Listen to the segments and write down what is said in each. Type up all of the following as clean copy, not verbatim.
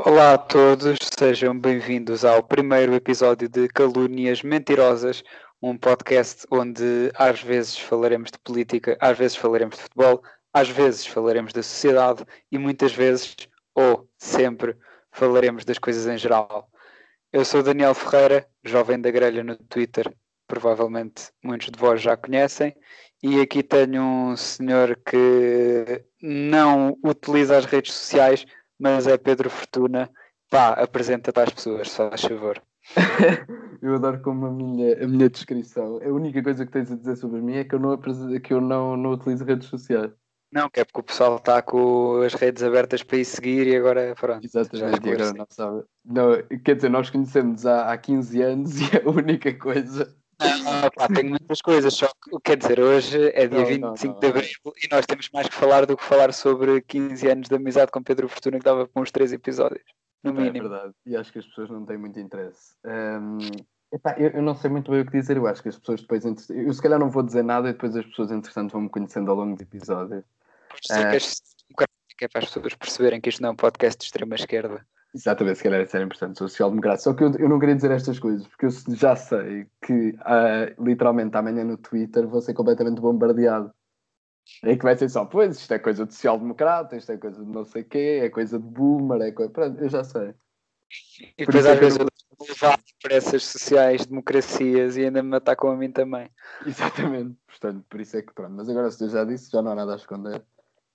Olá a todos, sejam bem-vindos ao primeiro episódio de Calúnias Mentirosas, um podcast onde às vezes falaremos de política, às vezes falaremos de futebol, às vezes falaremos da sociedade e muitas vezes, ou sempre, falaremos das coisas em geral. Eu sou Daniel Ferreira, jovem da grelha no Twitter, provavelmente muitos de vós já conhecem, e aqui tenho um senhor que não utiliza as redes sociais, mas é Pedro Fortuna. Pá, apresenta-te às pessoas, se faz favor. Eu adoro como a minha descrição. A única coisa que tens a dizer sobre mim é que eu não utilizo redes sociais. Não, que é porque o pessoal está com as redes abertas para ir seguir e agora, pronto, já Exatamente, e agora esclareci. não sabe. Não, quer dizer, nós conhecemos há 15 anos e a única coisa. Não, pá, tenho muitas coisas, só que, quer dizer, hoje é dia Não, vinte não, e cinco não. de Abril e nós temos mais que falar do que falar sobre 15 anos de amizade com Pedro Fortuna, que dava para uns 3 episódios, no Epá, é mínimo. verdade. E acho que as pessoas não têm muito interesse. Epá, eu não sei muito bem o que dizer. Eu acho que as pessoas depois. Eu se calhar não vou dizer nada e depois as pessoas, entretanto, vão me conhecendo ao longo dos episódios. Pois dizer que és democrático é para as pessoas perceberem que isto não é um podcast de extrema esquerda. Exatamente, se calhar isso era importante, sou social-democrata. Só que eu não queria dizer estas coisas, porque eu já sei que literalmente amanhã no Twitter vou ser completamente bombardeado. É que vai ser só, pois, isto é coisa de social-democrata, isto é coisa de não sei o quê, é coisa de boomer, é coisa. Pronto, eu já sei. E Por depois isso é às que eu vezes não. eu dou levado por essas sociais democracias e ainda me atacam a mim também. Exatamente, portanto, por isso é que pronto. Mas agora, se eu já disse, já não há nada a esconder.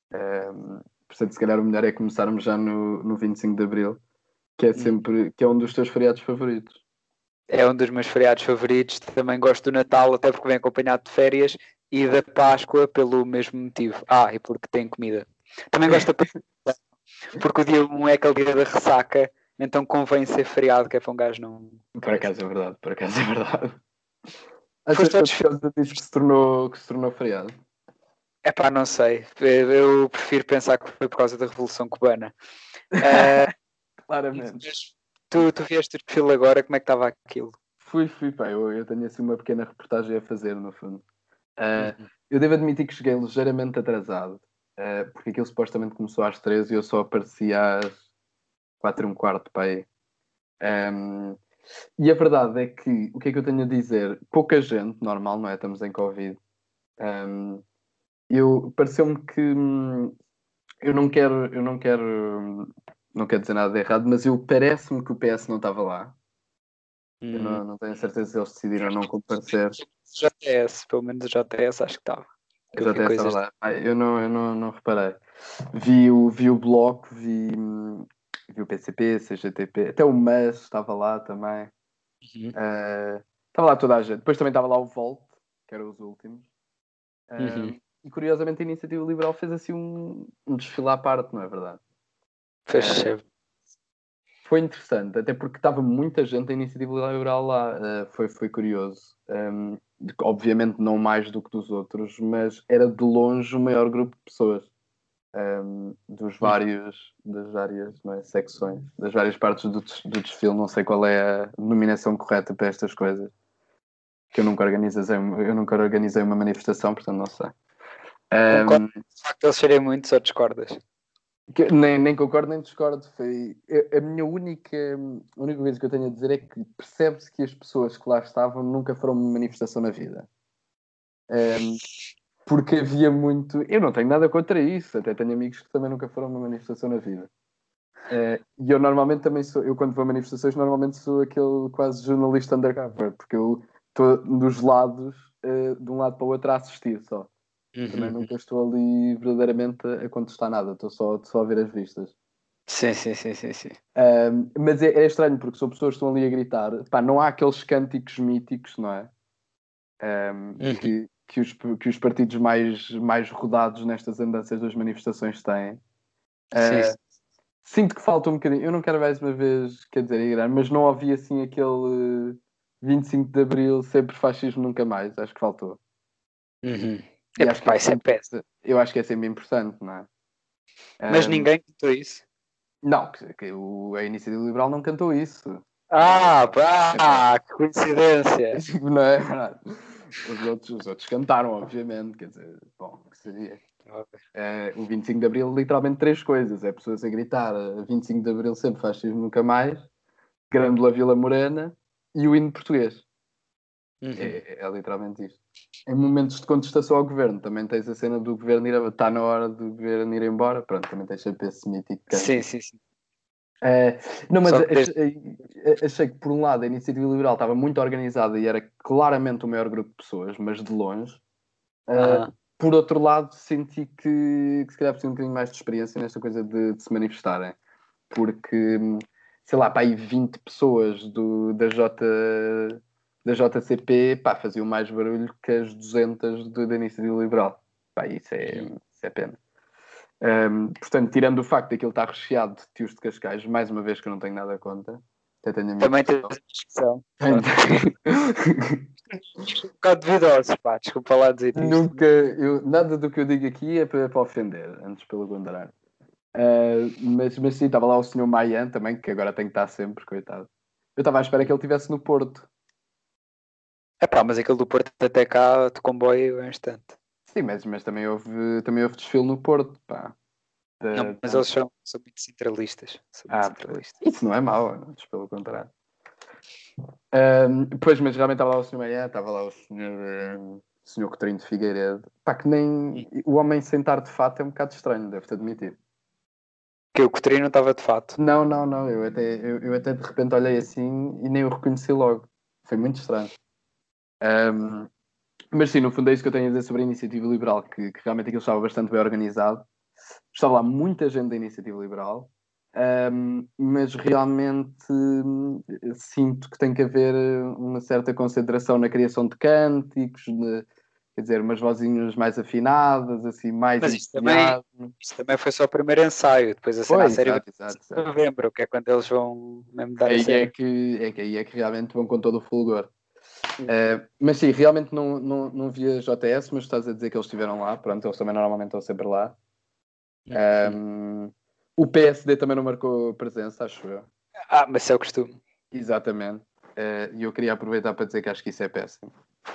Portanto, se calhar o melhor é começarmos já no 25 de Abril, que é sempre, que é um dos teus feriados favoritos. É um dos meus feriados favoritos. Também gosto do Natal, até porque vem acompanhado de férias, e da Páscoa pelo mesmo motivo. Ah, e porque tem comida. Também gosto da Páscoa, porque o dia 1 é aquele dia da ressaca, então convém ser feriado, que é para um gajo não Por ficar assim. acaso é verdade, por acaso é verdade. Achas Foste que foi todos. por causa disso que se tornou feriado? Epá, não sei. Eu prefiro pensar que foi por causa da Revolução Cubana. Uh, Claramente. mas tu vieste o perfil agora, como é que estava aquilo? Fui, pá, eu tenho assim uma pequena reportagem a fazer, no fundo. Uhum. Eu devo admitir que cheguei ligeiramente atrasado, porque aquilo supostamente começou às 13 e eu só apareci às 4 e um quarto, pá, aí. Um, e a verdade é que, o que é que eu tenho a dizer? Pouca gente, normal, não é? Estamos em Covid. Pareceu-me que não quero dizer nada de errado, mas parece-me que o PS não estava lá. Eu não tenho certeza se eles decidiram não comparecer. JTS, pelo menos o JTS acho que estava. Que Eu eu já vi até estava coisas. lá. Eu não reparei. Vi o Bloco, vi o PCP, CGTP, até o MAS estava lá também. Uhum. Estava lá toda a gente. Depois também estava lá o Volt, que eram os últimos. Uhum. E curiosamente a Iniciativa Liberal fez assim um desfile à parte, não é verdade? Fecha. Foi interessante, até porque estava muita gente da Iniciativa Liberal lá. Foi curioso. Obviamente não mais do que dos outros, mas era de longe o maior grupo de pessoas. Das várias, não é, secções, das várias partes do desfile. Não sei qual é a nominação correta para estas coisas. Que eu nunca organizei uma manifestação, portanto não sei. Concordo Um, com o facto de eles serem muitos ou discordas? nem concordo nem discordo. A minha única coisa que eu tenho a dizer é que percebe-se que as pessoas que lá estavam nunca foram uma manifestação na vida. Porque havia muito. Eu não tenho nada contra isso, até tenho amigos que também nunca foram uma manifestação na vida. E eu normalmente também sou. Eu, quando vou a manifestações, normalmente sou aquele quase jornalista undercover, porque eu estou dos lados, de um lado para o outro, a assistir só. Também Uhum. nunca estou ali verdadeiramente a contestar nada, estou só a ver as vistas. Sim, sim, sim, sim, sim. Mas é estranho porque são pessoas que estão ali a gritar. Pá, não há aqueles cânticos míticos, não é? Uhum. Que os partidos mais rodados nestas andanças das manifestações têm. Sim, Uh, Sinto que falta um bocadinho. Eu não quero mais uma vez, quer dizer, ir, mas não havia assim aquele 25 de Abril, sempre fascismo, nunca mais. Acho que faltou. uhum. E É acho porque que é pá, isso é sempre, péssimo. eu acho que é sempre importante, não é? Mas Um, ninguém contou isso. não, a Iniciativa Liberal não cantou isso. Ah, Epá, pá, que coincidência. não é verdade. Os outros cantaram, obviamente, quer dizer, bom, que seria. O 25 de Abril, literalmente 3 coisas. É pessoas a gritar 25 de Abril sempre, fascismo nunca mais, Grândola Vila Morena e o hino português. É literalmente isto. Em momentos de contestação ao governo, também tens a cena do governo ir está na hora do governo ir embora. Pronto, também tens sempre esse mítico canto. Sim. Não, mas Só que achei que, por um lado, a Iniciativa Liberal estava muito organizada e era claramente o maior grupo de pessoas, mas de longe. Por outro lado, senti que se calhar preciso um bocadinho mais de experiência nesta coisa de se manifestarem. Porque, sei lá, pá, aí 20 pessoas da JCP, pá, faziam mais barulho que as 200 da Iniciativa Liberal. Pá, isso é pena. Portanto, tirando o facto de aquilo estar recheado de tios de Cascais, mais uma vez que eu não tenho nada contra, até tenho a minha também tens discussão. a discussão. Um bocado duvidosos, pá, desculpa lá dizer isto. Nada do que eu digo aqui é para ofender, antes pelo contrário. Mas sim, estava lá o senhor Mayan também, que agora tem que estar sempre, coitado. Eu estava à espera que ele estivesse no Porto. É pá, mas aquele do Porto até cá de comboio é um instante. Sim, mas também houve desfile no Porto, pá. Não, mas eles são muito centralistas. Isso não é mau, antes pelo contrário. Pois, mas realmente estava lá o senhor Maia, estava lá o senhor Coutinho de Figueiredo. Pá, que nem o homem sentar de fato é um bocado estranho, devo-te admitir. Que o Coutinho não estava de fato. Não. Eu até de repente olhei assim e nem o reconheci logo. Foi muito estranho. Mas sim, no fundo é isso que eu tenho a dizer sobre a Iniciativa Liberal, que realmente aquilo estava bastante bem organizado. Estava lá muita gente da Iniciativa Liberal. Mas realmente sinto que tem que haver uma certa concentração na criação de cânticos, quer dizer, umas vozinhas mais afinadas, assim, mais mas isto também foi só o primeiro ensaio, depois a cena a série vai exato. em novembro, que é quando eles vão mesmo dar a aí série. aí é que realmente vão com todo o fulgor. Mas sim, realmente não vi a JS, mas estás a dizer que eles estiveram lá, pronto, eles também normalmente estão sempre lá. O PSD também não marcou presença, acho eu. Mas isso é o costume. Exatamente. E eu queria aproveitar para dizer que acho que isso é péssimo.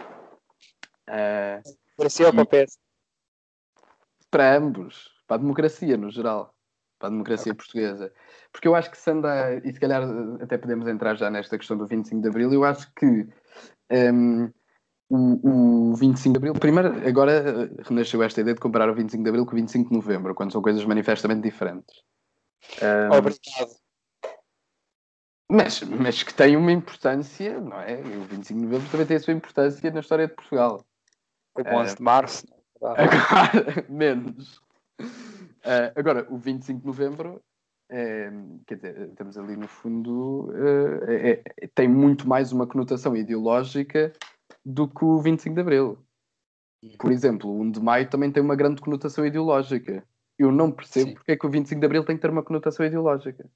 Para si ou para o PS? Para ambos. Para a democracia, no geral. Para a democracia portuguesa. Porque eu acho que se anda... E se calhar até podemos entrar já nesta questão do 25 de Abril. Eu acho que o 25 de Abril... Primeiro, agora renasceu esta ideia de comparar o 25 de Abril com o 25 de Novembro, quando são coisas manifestamente diferentes. Obrigado. Mas que tem uma importância, não é? O 25 de Novembro também tem a sua importância na história de Portugal. Como 11 de Março. Agora, menos. Agora, o 25 de Novembro, quer dizer, estamos ali no fundo, tem muito mais uma conotação ideológica do que o 25 de Abril. Por exemplo, o 1 de Maio também tem uma grande conotação ideológica. Eu não percebo porque é que o 25 de Abril tem que ter uma conotação ideológica.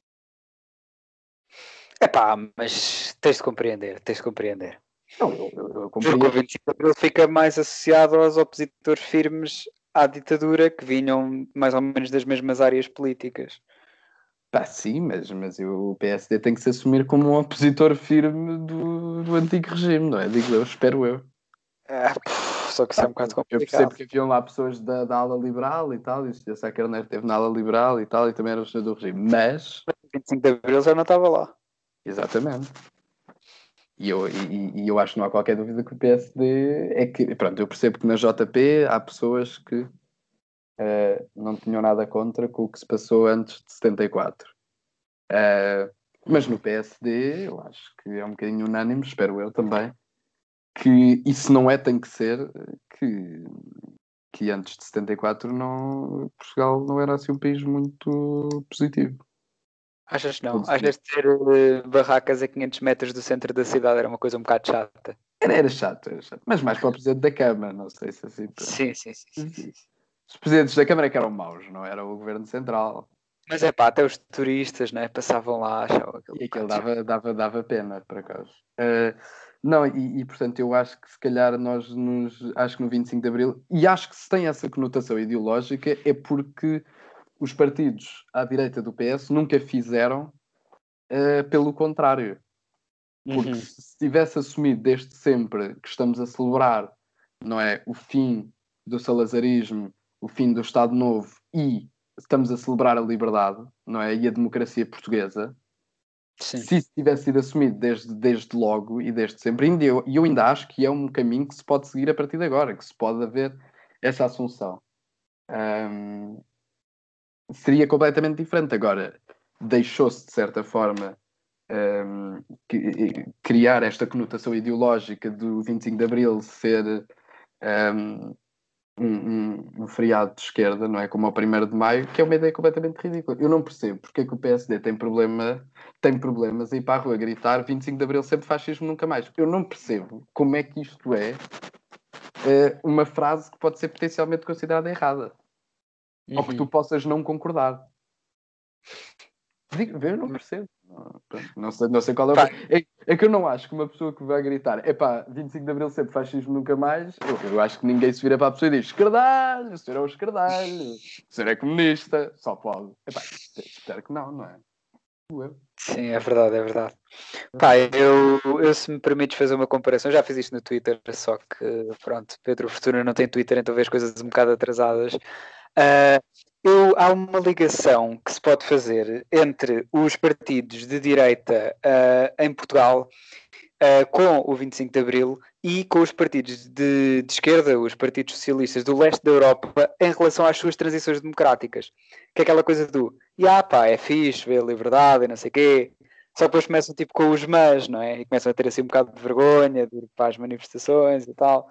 Epá, mas tens de compreender. Não, eu Porque o 25 de Abril fica mais associado aos opositores firmes à ditadura que vinham mais ou menos das mesmas áreas políticas. Pá, sim, mas o PSD tem que se assumir como um opositor firme do antigo regime, não é? Digo eu, espero eu. Só que isso é um bocado complicado. Eu percebo que haviam lá pessoas da ala liberal e tal, e o Sá Carneiro esteve na ala liberal e tal, e também era o senhor do regime, mas... O 25 de Abril já não estava lá. Exatamente. E eu acho que não há qualquer dúvida que o PSD é que... Pronto, eu percebo que na JP há pessoas que não tinham nada contra com o que se passou antes de 74. Mas no PSD, eu acho que é um bocadinho unânime, espero eu também, que isso não é, tem que ser, que antes de 74 Portugal não era assim um país muito positivo. Achas que não? Achas que ter barracas a 500 metros do centro da cidade era uma coisa um bocado chata? Era chato. Mas mais para o Presidente da Câmara, não sei se assim... Sim. Os Presidentes da Câmara que eram maus, não era o Governo Central. Mas é pá, até os turistas, né, passavam lá, achavam aquilo. E aquilo dava pena, por acaso. Não, portanto eu acho que se calhar acho que no 25 de Abril, e acho que se tem essa conotação ideológica, é porque os partidos à direita do PS nunca fizeram pelo contrário. Porque se tivesse assumido desde sempre que estamos a celebrar, não é, o fim do salazarismo, o fim do Estado Novo e estamos a celebrar a liberdade, não é? E a democracia portuguesa. Sim. Se isso tivesse sido assumido desde logo e desde sempre, e eu ainda acho que é um caminho que se pode seguir a partir de agora, que se pode haver essa assunção. Seria completamente diferente. Agora, deixou-se, de certa forma, criar esta conotação ideológica do 25 de Abril ser um feriado de esquerda, não é? Como o 1º de Maio, que é uma ideia completamente ridícula. Eu não percebo porque é que o PSD tem problemas em ir para a rua gritar 25 de Abril sempre fascismo, nunca mais. Eu não percebo como é que isto é uma frase que pode ser potencialmente considerada errada. Ou que tu possas não concordar. Eu não percebo. Não sei qual é o... É que eu não acho que uma pessoa que vai gritar 25 de Abril sempre fascismo nunca mais, eu acho que ninguém se vira para a pessoa e diz esquerdalho, o senhor é um esquerdalho, o senhor é comunista, só pode. Espero que não é? Sim, é verdade, é verdade. Eu se me permites fazer uma comparação, já fiz isto no Twitter, só que pronto, Pedro Fortuna não tem Twitter, então vês coisas um bocado atrasadas. Há uma ligação que se pode fazer entre os partidos de direita em Portugal com o 25 de Abril e com os partidos de esquerda, os partidos socialistas do leste da Europa, em relação às suas transições democráticas. Que é aquela coisa do, é fixe, ver a liberdade e não sei o quê, só depois começam tipo com os mas, não é? E começam a ter assim um bocado de vergonha de ir para as manifestações e tal.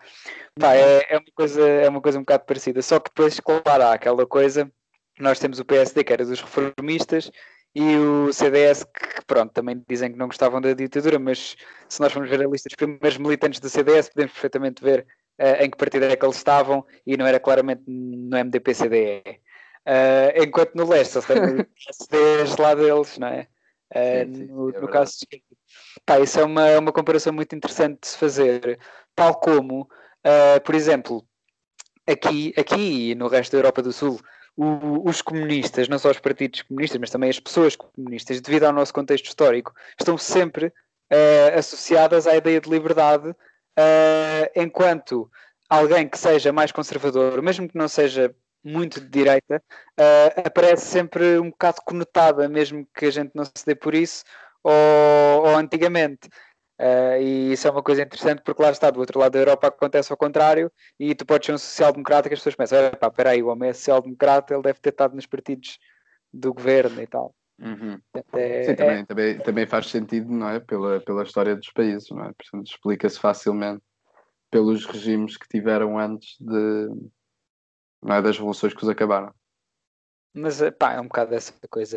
É uma coisa um bocado parecida, só que depois, claro, há aquela coisa, nós temos o PSD que era dos reformistas e o CDS que, pronto, também dizem que não gostavam da ditadura, mas se nós formos ver a lista dos primeiros militantes do CDS, podemos perfeitamente ver em que partido é que eles estavam e não era claramente no MDP-CDE. Enquanto no leste, eles têm o PSD lá deles, não é? No caso de esquerda. Isso é uma comparação muito interessante de se fazer, tal como, por exemplo, aqui e no resto da Europa do Sul, os comunistas, não só os partidos comunistas, mas também as pessoas comunistas, devido ao nosso contexto histórico, estão sempre associadas à ideia de liberdade, enquanto alguém que seja mais conservador, mesmo que não seja muito de direita, aparece sempre um bocado conotada, mesmo que a gente não se dê por isso, ou antigamente. E isso é uma coisa interessante porque lá está, do outro lado da Europa acontece ao contrário e tu podes ser um social-democrata que as pessoas pensam, espera aí, o homem é social-democrata, ele deve ter estado nos partidos do governo e tal. Sim, também faz sentido, não é? Pela história dos países, não é? Portanto, explica-se facilmente pelos regimes que tiveram antes não é, das revoluções que os acabaram. Mas, é um bocado dessa coisa.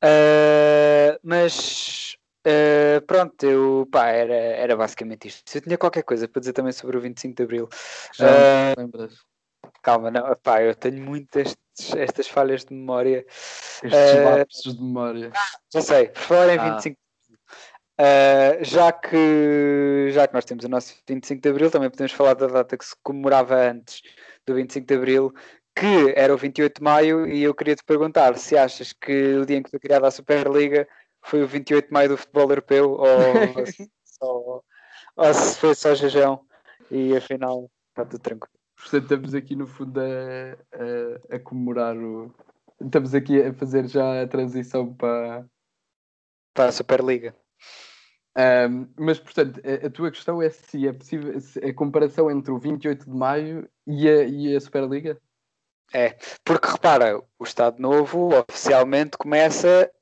Mas, pronto, era basicamente isto. Se eu tinha qualquer coisa para dizer também sobre o 25 de Abril. Já não te lembras? Calma, não, eu tenho muito estas falhas de memória. Estes lapsos de memória. Já sei, por falar em 25 já que nós temos o nosso 25 de Abril, também podemos falar da data que se comemorava antes do 25 de Abril, que era o 28 de Maio, e eu queria te perguntar se achas que o dia em que foi criada a Superliga foi o 28 de Maio do futebol europeu ou se foi só jejão e afinal está tudo tranquilo. Portanto, estamos aqui no fundo a comemorar Estamos aqui a fazer já a transição para a Superliga. Mas, portanto, a tua questão é se é possível a comparação entre o 28 de Maio e a Superliga? É, porque repara, o Estado Novo oficialmente começa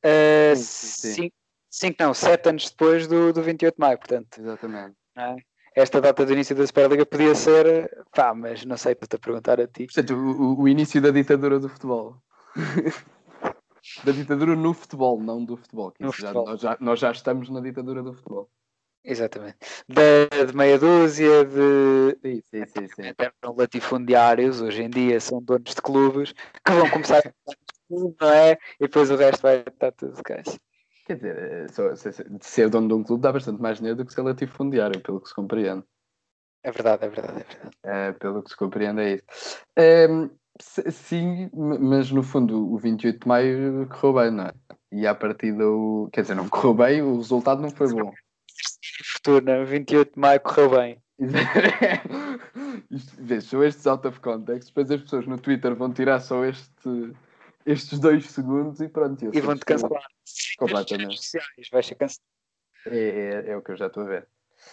7 anos depois do 28 de Maio, portanto. Exatamente. Esta data do início da Superliga podia ser, mas não sei, estou-te a perguntar a ti. Portanto, o início da ditadura do futebol. Da ditadura no futebol, não do futebol. Nós já estamos na ditadura do futebol. Exatamente. De meia dúzia de sim. latifundiários, hoje em dia são donos de clubes, que vão começar a clube, não é? E depois o resto vai estar tudo de caixa. Quer dizer, de ser dono de um clube dá bastante mais dinheiro do que ser latifundiário, pelo que se compreende. É verdade. Pelo que se compreende é isso. Sim, mas no fundo o 28 de Maio correu bem, não é? E a partir do... Quer dizer, não correu bem, o resultado não foi bom. Fortuna, 28 de Maio correu bem. Vês, são estes out of context, depois as pessoas no Twitter vão tirar só estes 2 segundos e pronto, eu E sou vão-te destruído cancelar. Nas redes completamente. sociais, vais ser cancelado. É o que eu já estou a ver.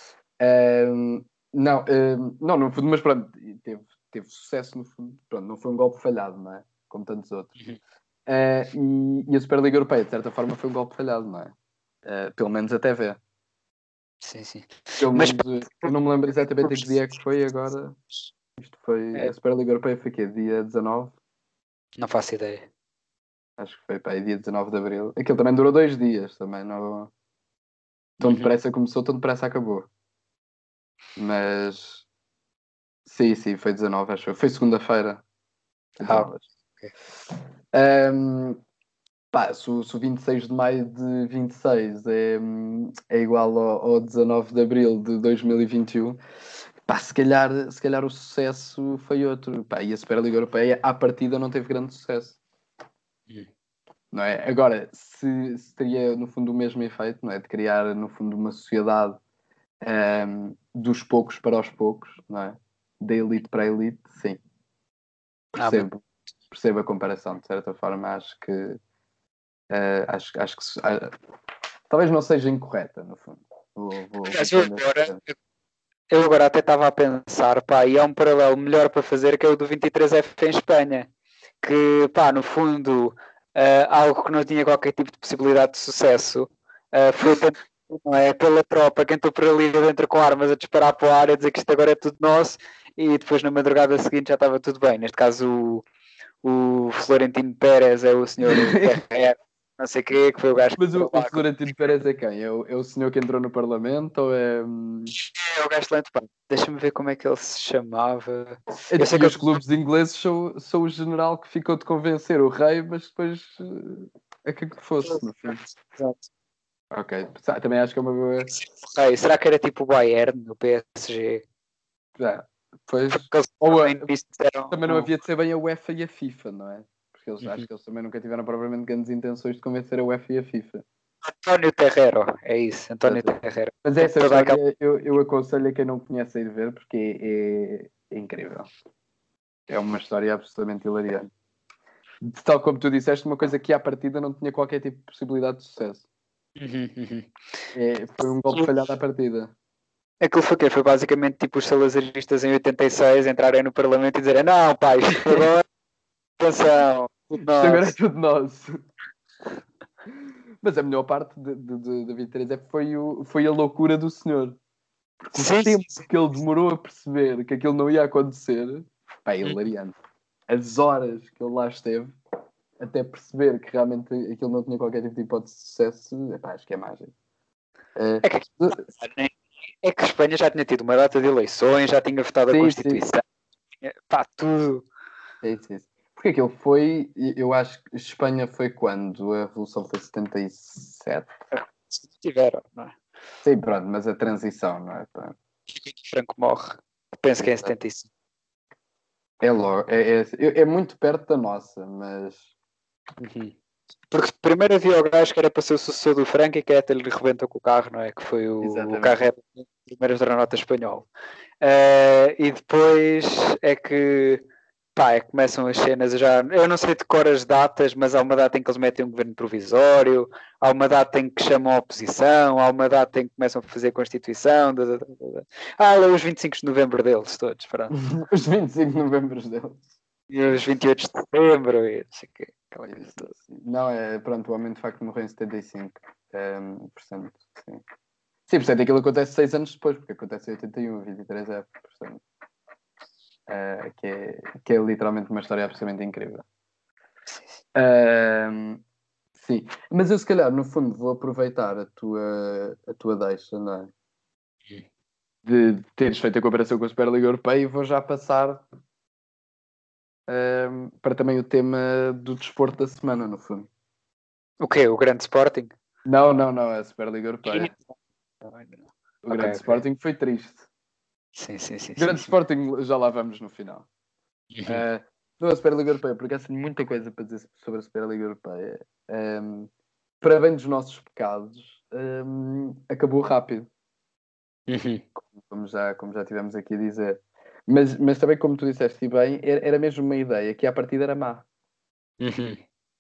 Não, não, no fundo, mas pronto, teve sucesso no fundo. Pronto, não foi um golpe falhado, não é? Como tantos outros. E a Superliga Europeia, de certa forma, foi um golpe falhado, não é? Pelo menos até ver. Sim, sim. Pelo Mas menos, eu não me lembro exatamente a que dia é que foi agora. Isto foi. A Superliga Europeia foi quê? Dia 19? não faço ideia. Acho que foi, pá, dia 19 de Abril. Aquilo também durou 2 dias, também. Não... Tão depressa começou, tão depressa acabou. Mas. Sim, foi 19, acho. Foi segunda-feira. Foi 19, acho. Ok. Pá, se o 26 de maio de 26 é igual ao 19 de abril de 2021, pá, se calhar o sucesso foi outro. Pá, e a Superliga Europeia, à partida, não teve grande sucesso. Não é? Agora, se teria, no fundo, o mesmo efeito, não é? De criar, no fundo, uma sociedade dos poucos para os poucos, não é? Da elite para a elite, sim. Percebo a comparação, de certa forma, acho que talvez não seja incorreta, no fundo. Mas eu agora até estava a pensar, pá, e há um paralelo melhor para fazer que é o do 23F em Espanha, que, pá, no fundo, algo que não tinha qualquer tipo de possibilidade de sucesso, foi tanto, não é, pela tropa que entrou por ali dentro com armas a disparar para o ar a dizer que isto agora é tudo nosso, e depois na madrugada seguinte já estava tudo bem. Neste caso, o Florentino Pérez é o senhor Terra, não sei o quê, que foi o gajo que Mas entrou o lá. Florentino Pérez é quem? É o senhor que entrou no Parlamento ou é. É o gajo lento, pá. Deixa-me ver como é que ele se chamava. Eu sei E que os ele... clubes ingleses são o general que ficou de convencer o rei, mas depois é que fosse, no fim. Exato. Ok, também acho que é uma boa. Rei. Será que era tipo o Bayern, no PSG? Pois. Porque eles Ou no início disseram também não não. havia de ser bem a UEFA e a FIFA, não é? Porque acho que eles também nunca tiveram propriamente grandes intenções de convencer a UEFA e a FIFA. António Terrero, é isso, António Terrero. Mas Tem essa toda aquela... história eu aconselho a quem não conhece a ir ver porque é incrível. É uma história absolutamente hilariante. Tal como tu disseste, uma coisa que à partida não tinha qualquer tipo de possibilidade de sucesso. Foi um golpe falhado à partida. Aquilo foi o quê? Foi basicamente tipo os salazaristas em 86 entrarem no Parlamento e dizerem não, pai, isto agora, atenção, tudo Isto agora é nosso. tudo nosso. Mas a melhor parte da 23 é que foi a loucura do senhor. Porque o Sim, tempo sim. que ele demorou a perceber que aquilo não ia acontecer, pá, é hilariante. As horas que ele lá esteve até perceber que realmente aquilo não tinha qualquer tipo de hipótese de sucesso, epá, acho que é mágico. É que, é que a Espanha já tinha tido uma data de eleições, já tinha votado a Sim. Constituição, pá, tudo. Sim. Porque aquilo foi, eu acho que Espanha foi quando a Revolução foi 77. Se tiveram, não é? Sim, pronto, mas a transição, não é? Pá, Franco morre. Penso que é em 75. é logo, é muito perto da nossa, mas. Porque primeiro havia o gajo que era para ser o sucessor do Franco e que até lhe rebentou com o carro, não é? Que foi o Exatamente. carro é o primeiro astronauta espanhol. E depois é que pá, começam as cenas. Eu não sei de cor as datas, mas há uma data em que eles metem um governo provisório, há uma data em que chamam a oposição, há uma data em que começam a fazer a Constituição. Lá os 25 de novembro deles, todos, pronto. Os 25 de novembro deles. E os 28 de setembro, e não sei o quê, aquela coisa toda. Não, pronto, o homem de facto morreu em 75. Portanto, sim. Sim, portanto, aquilo acontece 6 anos depois, porque acontece em 81, 23 é, portanto. Que é literalmente uma história absolutamente incrível. Sim, mas eu se calhar, no fundo, vou aproveitar a tua deixa, não é? De teres feito a comparação com a Superliga Europeia e vou já passar para também o tema do desporto da semana, no fundo. O quê? O grande Sporting? Não, a Superliga Europeia. O Ok. grande Sporting foi triste. Sim. O grande Sporting já lá vamos no final. A Superliga Europeia, porque há muita coisa para dizer sobre a Superliga Europeia. Para bem dos nossos pecados, acabou rápido. Como já tivemos aqui a dizer. Mas também, como tu disseste bem, era mesmo uma ideia que à partida era má. Uhum.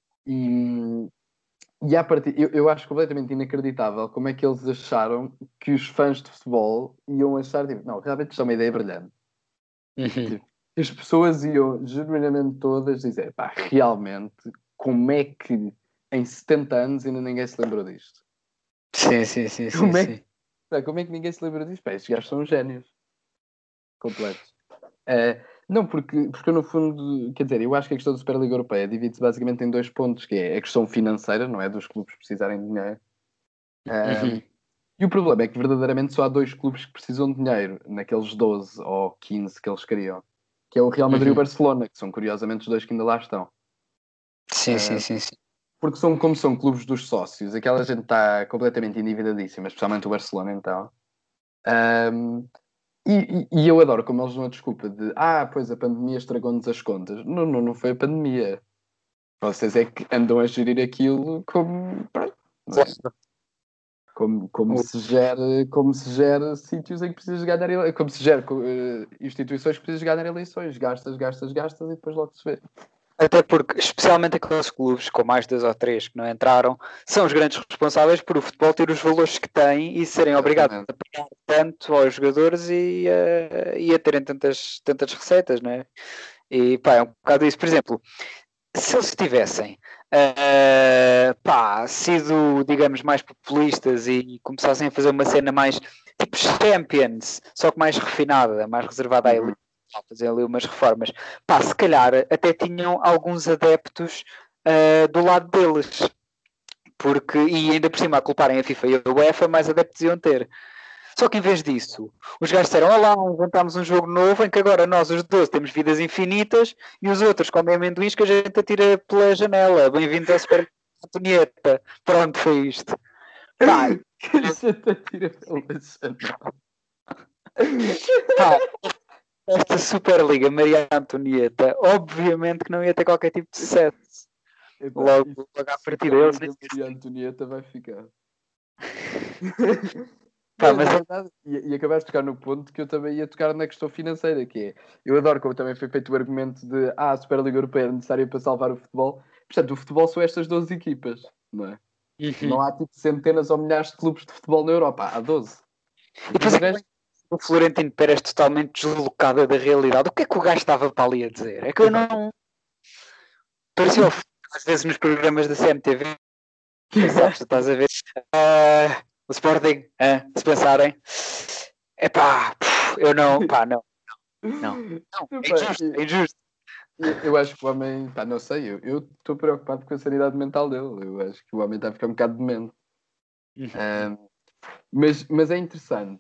E à partida, eu acho completamente inacreditável como é que eles acharam que os fãs de futebol iam achar, tipo, não, realmente isto é uma ideia brilhante. Uhum. Tipo, as pessoas iam genuinamente todas dizer, pá, realmente, como é que em 70 anos ainda ninguém se lembrou disto? Sim, sim, sim, sim, Como é sim. que, pá, como é que ninguém se lembra disto? Pá, estes gajos são génios completos. Eh, não, porque no fundo, quer dizer, eu acho que a questão da Superliga Europeia divide-se basicamente em dois pontos, que é a questão financeira, não é? Dos clubes precisarem de dinheiro. Uhum. E o problema é que verdadeiramente só há dois clubes que precisam de dinheiro, naqueles 12 ou 15 que eles queriam, que é o Real Madrid e o Uhum. Barcelona, que são curiosamente os dois que ainda lá estão. Sim, sim, Ah, sim, sim. porque são como são clubes dos sócios, aquela gente está completamente endividadíssima, especialmente o Barcelona então. Ahm, e eu adoro como eles dão a desculpa de pois a pandemia estragou-nos as contas. Não, não, não foi a pandemia. Vocês é que andam a gerir aquilo como, pronto, não é? Claro. Como se gera sítios em que precisas ganhar como se gera instituições que precisas ganhar eleições. Gastas, gastas, gastas e depois logo se vê. Até porque, especialmente aqueles clubes com mais 2 ou 3 que não entraram, são os grandes responsáveis por o futebol ter os valores que tem e serem obrigados Exatamente. a pagar tanto aos jogadores e a terem tantas receitas, não é? E pá, é um bocado isso. Por exemplo, se eles tivessem sido, digamos, mais populistas e começassem a fazer uma cena mais tipo Champions, só que mais refinada, mais reservada à elite, Uhum. fazer ali umas reformas, pá, se calhar até tinham alguns adeptos do lado deles, porque, e ainda por cima a culparem a FIFA e a UEFA, mais adeptos iam ter. Só que em vez disso, os gajos disseram: Olá, inventámos um jogo novo em que agora nós, os 12, temos vidas infinitas e os outros comem amendoins que a gente atira pela janela. Bem-vindos ao Super Antonieta. Pronto, foi isto. Pá, Que a gente atira pela janela. pá, esta Superliga Maria Antonieta, obviamente que não ia ter qualquer tipo de sucesso. Epá, isso, Logo à partida deles. Superliga Maria Antonieta vai ficar. Pá, Mas mas na verdade, e acabaste de tocar no ponto que eu também ia tocar na questão financeira, que é, eu adoro como também foi feito o argumento de a Superliga Europeia é necessária para salvar o futebol. Portanto, o futebol são estas 12 equipas, não é? Não uhum. há tipo centenas ou milhares de clubes de futebol na Europa, há 12. E E depois tudo o aquela resto. o Florentino Pérez totalmente deslocada da realidade. O que é que o gajo estava para ali a dizer? É que eu Exato. não. Parecia às vezes nos programas da CMTV, sabes, estás a ver o Sporting, se pensarem, epá, eu não, pá, não, não, não, é Epá, injusto, é injusto. eu acho que o homem, pá, não sei, eu estou preocupado com a sanidade mental dele. Eu acho que o homem está a ficar um bocado demente. Ahm, mas é interessante,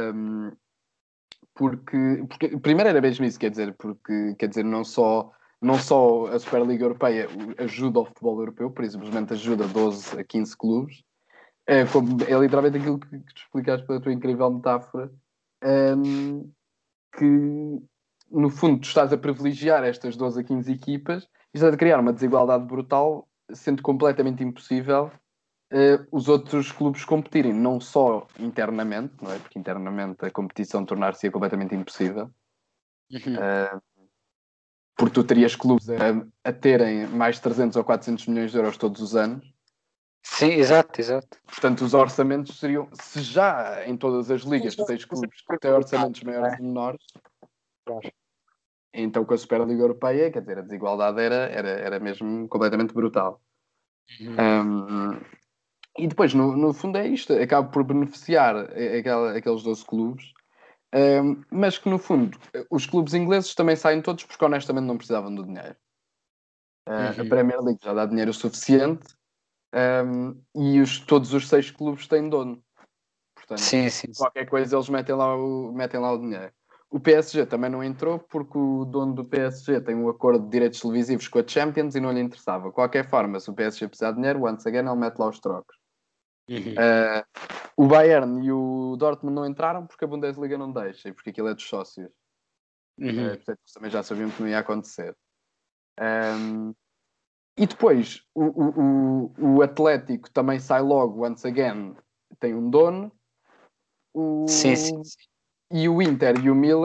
porque primeiro era mesmo isso, quer dizer, porque quer dizer, não só a Superliga Europeia ajuda ao futebol europeu, por isso simplesmente ajuda 12 a 15 clubes, é literalmente aquilo que tu explicaste pela tua incrível metáfora, ahm, que no fundo tu estás a privilegiar estas 12 a 15 equipas e estás a criar uma desigualdade brutal, sendo completamente impossível os outros clubes competirem, não só internamente, não é? Porque internamente a competição tornar-se completamente impossível, Uhum. uh, porque tu terias clubes a terem mais de 300 ou 400 milhões de euros todos os anos. Sim, exato, exato. Portanto, os orçamentos seriam, se já em todas as ligas tu tens clubes que têm orçamentos maiores e menores, Claro. então com a Superliga Europeia, quer dizer, a desigualdade era mesmo completamente brutal. Uhum. Um, e depois, no fundo, é isto: acaba por beneficiar aqueles 12 clubes, mas que no fundo, os clubes ingleses também saem todos porque honestamente não precisavam do dinheiro. A Uhum. Premier League já dá dinheiro suficiente, e todos os 6 clubes têm dono. Portanto, Sim, sim, sim. qualquer coisa eles metem lá o dinheiro. O PSG também não entrou porque o dono do PSG tem um acordo de direitos televisivos com a Champions e não lhe interessava. De qualquer forma, se o PSG precisar de dinheiro, once again, ele mete lá os trocos. Uhum. Uh, o Bayern e o Dortmund não entraram porque a Bundesliga não deixa e porque aquilo é dos sócios. Uhum. Portanto, eles também já sabiam que não ia acontecer. Um, e depois, o Atlético também sai logo, once again, tem um dono. Sim, sim, O, sim. e o Inter e o Milan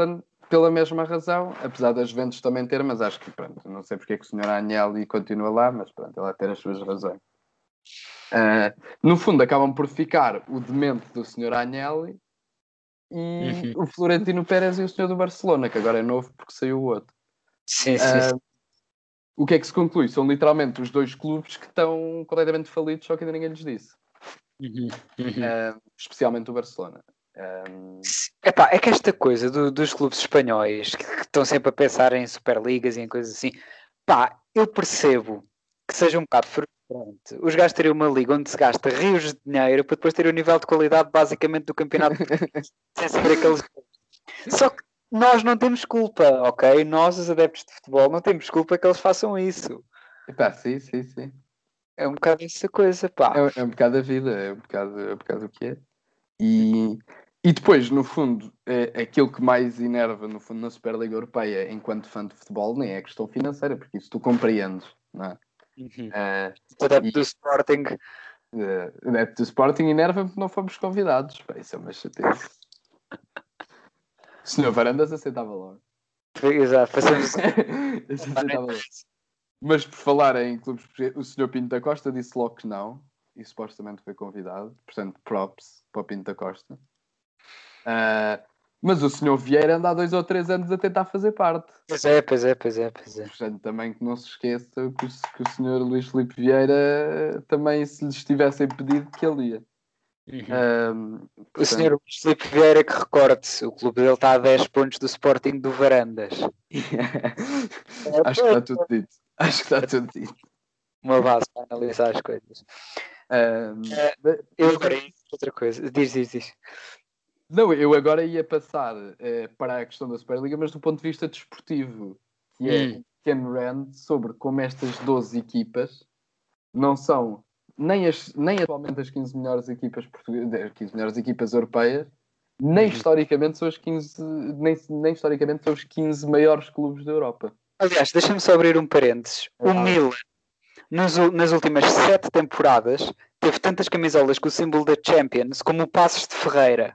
pela mesma razão, apesar das Juventus também ter, mas acho que, pronto, não sei porque é que o Sr. Agnelli continua lá, mas pronto, ele vai ter as suas razões. No fundo, acabam por ficar o demente do Sr. Agnelli e o Florentino Pérez e o Sr. do Barcelona, que agora é novo porque saiu o outro. Sim, sim. O que é que se conclui? São literalmente os dois clubes que estão completamente falidos, só que ainda ninguém lhes disse. Especialmente o Barcelona. Epá, é que esta coisa dos clubes espanhóis que estão sempre a pensar em Superligas e em coisas assim, pá, eu percebo que seja um bocado frustrante os gajos terem uma liga onde se gasta rios de dinheiro para depois ter o nível de qualidade basicamente do campeonato sem saber aqueles. Só que nós não temos culpa, ok? Nós, os adeptos de futebol, não temos culpa que eles façam isso. Epá, sim. É um bocado essa coisa, pá. É um bocado a vida, é um bocado o que é. E depois, no fundo, aquilo que mais enerva, no fundo, na Superliga Europeia, enquanto fã de futebol, nem é a questão financeira, porque isso tu compreendes, não é? O adepto do E Sporting. adepto do Sporting enerva-me porque não fomos convidados. Pá, isso é uma chatice. O senhor Varandas aceitava logo. Exato, passamos. Esse aceitava logo. Mas por falar em clubes, o senhor Pinto da Costa disse logo que não, e supostamente foi convidado, portanto, props para o Pinto da Costa. Mas o senhor Vieira anda há 2 ou 3 anos a tentar fazer parte. Pois é. Portanto, também que não se esqueça que o senhor Luís Filipe Vieira também, se lhes tivessem pedido, que ele ia. O senhor Filipe Vieira, que recorde-se, o clube dele está a 10 pontos do Sporting do Varandas. Acho que está tudo dito. Uma base para analisar as coisas. Eu agora outra coisa. Diz. Não, eu agora ia passar para a questão da Superliga, mas do ponto de vista desportivo, que é um pequeno rant sobre como estas 12 equipas não são nem atualmente as 15 melhores equipas portuguesas, 15 melhores equipas europeias, nem historicamente são as 15, nem historicamente são os 15 maiores clubes da Europa. Aliás, deixa-me só abrir um parênteses. O Milan, nas últimas 7 temporadas, teve tantas camisolas com o símbolo da Champions como o Passos de Ferreira.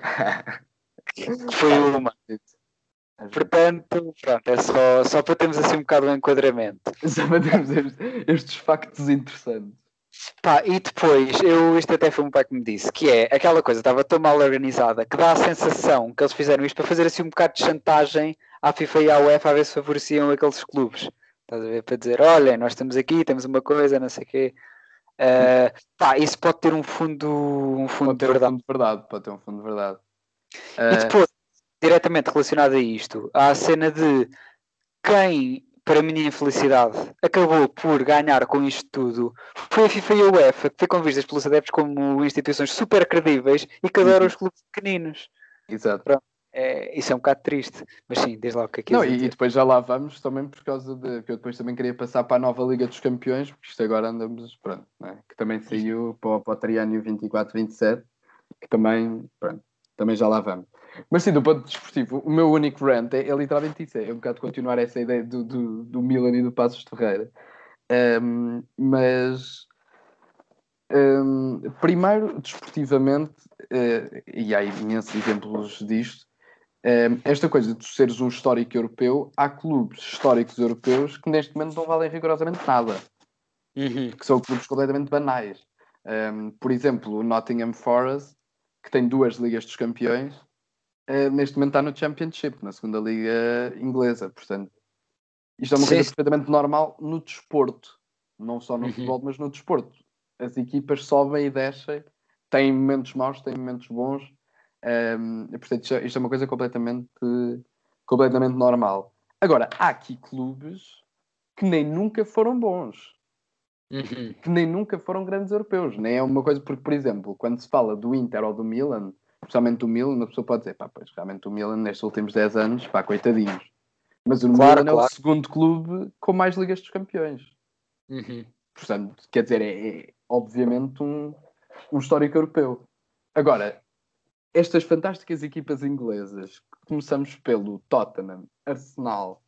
Foi uma. Portanto, pronto, é só para termos assim um bocado o enquadramento. Só para termos estes factos interessantes. Pá, e depois, isto até foi um pai que me disse, que é aquela coisa, estava tão mal organizada, que dá a sensação que eles fizeram isto para fazer assim um bocado de chantagem à FIFA e à UEFA a ver se favoreciam aqueles clubes. Estás a ver? Para dizer, olha, nós estamos aqui, temos uma coisa, não sei o quê. Pá, isso pode ter um fundo de verdade. Pode ter um fundo de verdade. E depois, diretamente relacionado a isto, há a cena de quem, para a minha infelicidade, acabou por ganhar com isto tudo foi a FIFA e a UEFA, que ficam vistas pelos adeptos como instituições super credíveis e que adoram os clubes pequeninos. Exato. Pronto, isso é um bocado triste, mas sim, diz lá o que é que não, e depois já lá vamos também por causa de que eu depois também queria passar para a nova Liga dos Campeões, porque isto agora andamos, pronto, né? Que também saiu para o triânio 24-27, que também, pronto, também já lá vamos. Mas sim, do ponto desportivo, o meu único rant é literalmente isso, é um bocado continuar essa ideia do Milan e do Passos de Ferreira. Primeiro, desportivamente, e há imensos exemplos disto, esta coisa de tu seres um histórico europeu, há clubes históricos europeus que neste momento não valem rigorosamente nada. Que são clubes completamente banais. Por exemplo, o Nottingham Forest, que tem 2 Ligas dos Campeões, neste momento está no Championship, na segunda liga inglesa. Portanto, isto é uma coisa perfeitamente normal no desporto. Não só no futebol, mas no desporto. As equipas sobem e descem, têm momentos maus, têm momentos bons. Portanto, isto é uma coisa completamente normal. Agora, há aqui clubes que nem nunca foram bons. Que nem nunca foram grandes europeus. Nem é uma coisa, porque, por exemplo, quando se fala do Inter ou do Milan, especialmente do Milan, uma pessoa pode dizer, pá, pois realmente o Milan nestes últimos 10 anos, pá, coitadinhos. Mas o Milan é o segundo clube com mais Ligas dos Campeões. Portanto, quer dizer, é obviamente um histórico europeu. Agora, estas fantásticas equipas inglesas, começamos pelo Tottenham, Arsenal,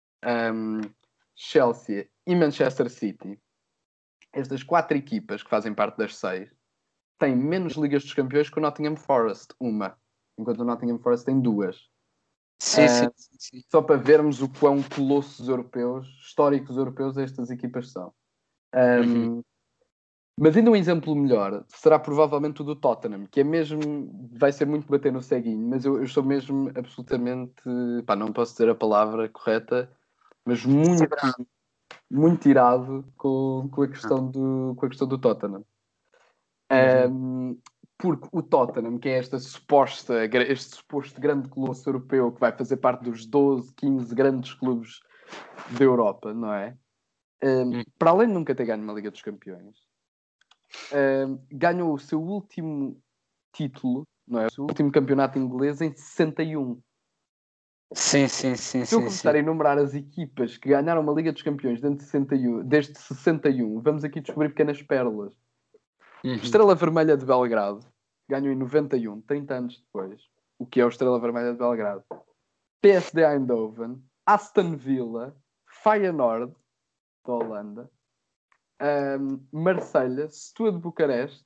Chelsea e Manchester City, estas 4 equipas que fazem parte das 6 têm menos Ligas dos Campeões que o Nottingham Forest, uma, enquanto o Nottingham Forest tem 2. Sim, sim, sim. Só para vermos o quão colossos europeus, históricos europeus, estas equipas são. Uhum. Mas ainda um exemplo melhor será provavelmente o do Tottenham, que é mesmo, vai ser muito bater no ceguinho, mas eu estou mesmo absolutamente, pá, não posso dizer a palavra correta, mas muito irado com a questão do Tottenham. Uhum. Porque o Tottenham, que é este suposto grande colosso europeu que vai fazer parte dos 12, 15 grandes clubes da Europa, não é? Para além de nunca ter ganho uma Liga dos Campeões, ganhou o seu último título, não é? O seu último campeonato inglês em 61. Sim, sim, sim, Se eu sim, começar sim. a enumerar as equipas que ganharam uma Liga dos Campeões desde 61, vamos aqui descobrir pequenas pérolas. Uhum. Estrela Vermelha de Belgrado ganhou em 91, 30 anos depois. O que é o Estrela Vermelha de Belgrado? PSD Eindhoven, Aston Villa, Feyenoord, da Holanda, Marselha, Steaua de Bucareste,